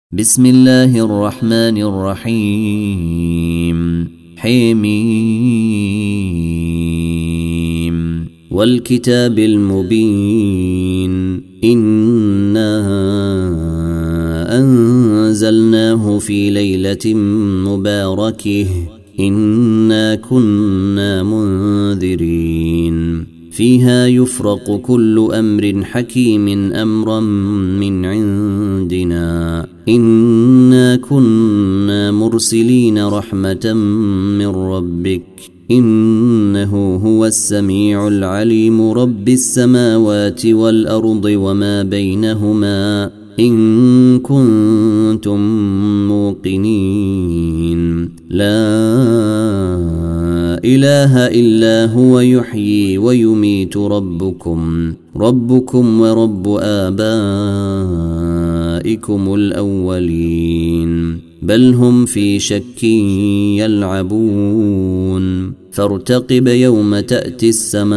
بسم الله الرحمن الرحيم حميم والكتاب المبين إنا أنزلناه في ليلة مباركة إنا كنا منذرين فيها يفرق كل أمر حكيم أمرا من عندنا إنا كنا مرسلين رحمة من ربك إنه هو السميع العليم رب السماوات والأرض وما بينهما إن كنتم موقنين لا إله إلا هو يحيي ويميت ربكم ورب آبائكم الأولين بل هم في شك يلعبون فارتقب يوم تأتي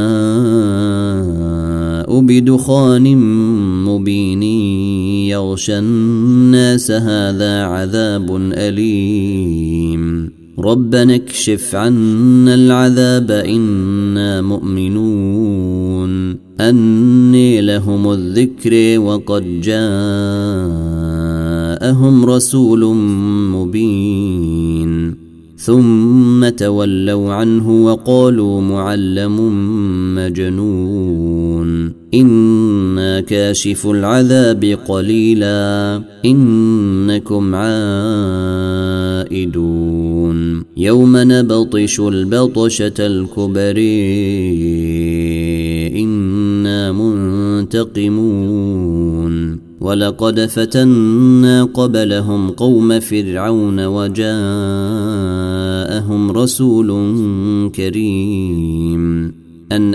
السماء بدخان مبين يغشى الناس هذا عذاب أليم ربنا اكشف عنا العذاب إنا مؤمنون أني لهم الذكر وقد جاءهم رسول مبين ثم تولوا عنه وقالوا معلم مجنون إنا كاشف العذاب قليلا إنكم عائدون يوم نبطش البطشة الكبر إنا منتقمون ولقد فتنا قبلهم قوم فرعون وجاءهم رسول كريم أن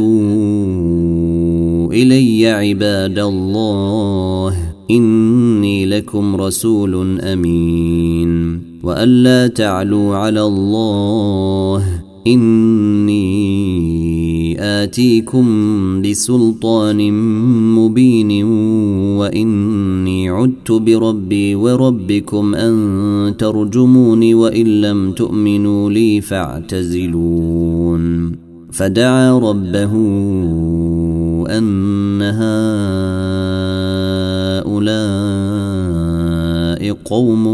أدوا إلي عباد الله إني لكم رسول أمين وألا تعلوا على الله إني آتيكم بسلطان مبين وإني عدت بربي وربكم أن ترجموني وإن لم تؤمنوا لي فاعتزلون فدعا ربه أن هؤلاء قوم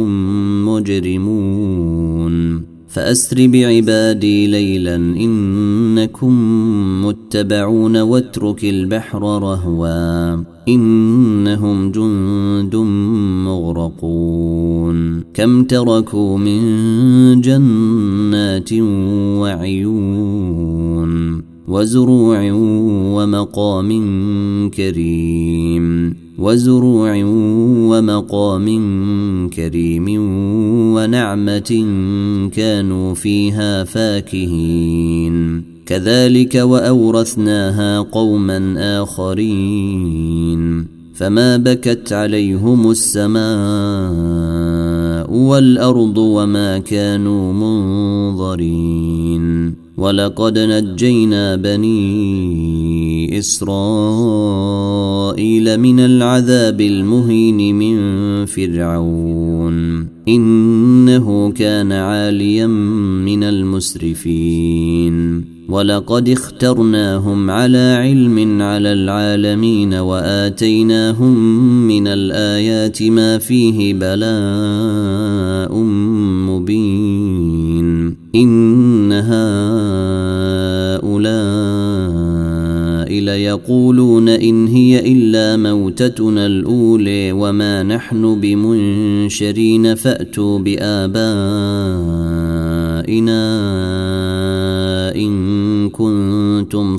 مجرمون فأسر بعبادي ليلا إنكم متبعون واترك البحر رهوا إنهم جند مغرقون كم تركوا من جنات وعيون وزروع ومقام كريم ونعمة كانوا فيها فاكهين كذلك وأورثناها قوما آخرين فما بكت عليهم السماء والأرض وما كانوا منظرين ولقد نجينا بني إسرائيل من العذاب المهين من فرعون إنه كان عاليا من المسرفين ولقد اخترناهم على علم على العالمين وآتيناهم من الآيات ما فيه بلاء مبين إن هؤلاء ليقولون إن هي إلا موتتنا الأولى وما نحن بمنشرين فأتوا بآبائنا إن كنتم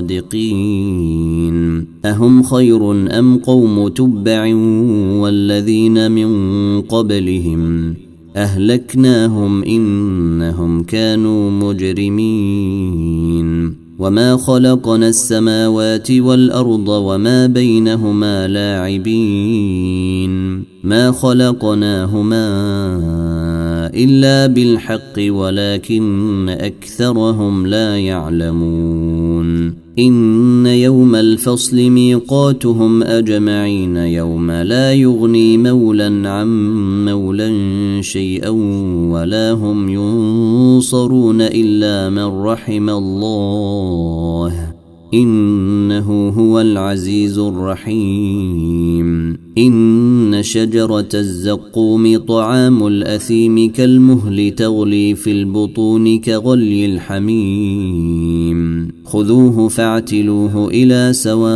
صادقين أهم خير أم قوم تبع والذين من قبلهم أهلكناهم إنهم كانوا مجرمين وما خلقنا السماوات والأرض وما بينهما لاعبين ما خلقناهما إلا بالحق ولكن أكثرهم لا يعلمون إن يوم الفصل ميقاتهم أجمعين يوم لا يغني مولا عن مولا شيئا ولا هم ينصرون إلا من رحم الله إنه هو العزيز الرحيم إن شجرة الزقوم طعام الأثيم كالمهل تغلي في البطون كغلي الحميم خذوه فاعتلوه إلى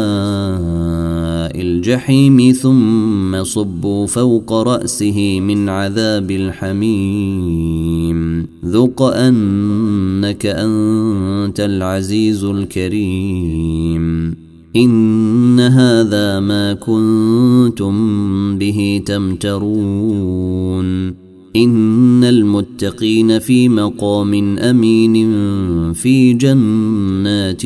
سواء الجحيم ثم صبوا فوق رأسه من عذاب الحميم ذق أنك أنت العزيز الكريم إن هذا ما كنتم به تمترون إن المتقين في مقام أمين في جنات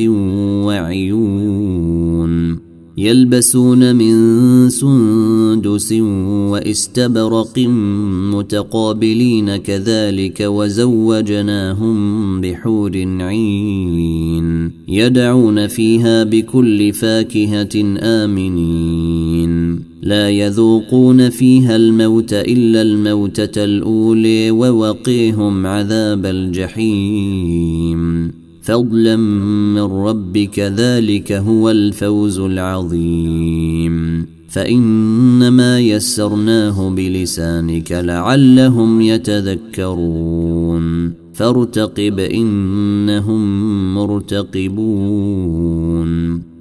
وعيون يلبسون من سندس واستبرق متقابلين كذلك وزوجناهم بحور عين يدعون فيها بكل فاكهة آمنين لا يذوقون فيها الموت إلا الموتة الأولى ووقيهم عذاب الجحيم فضلا من ربك ذلك هو الفوز العظيم فإنما يسرناه بلسانك لعلهم يتذكرون فارتقب إنهم مرتقبون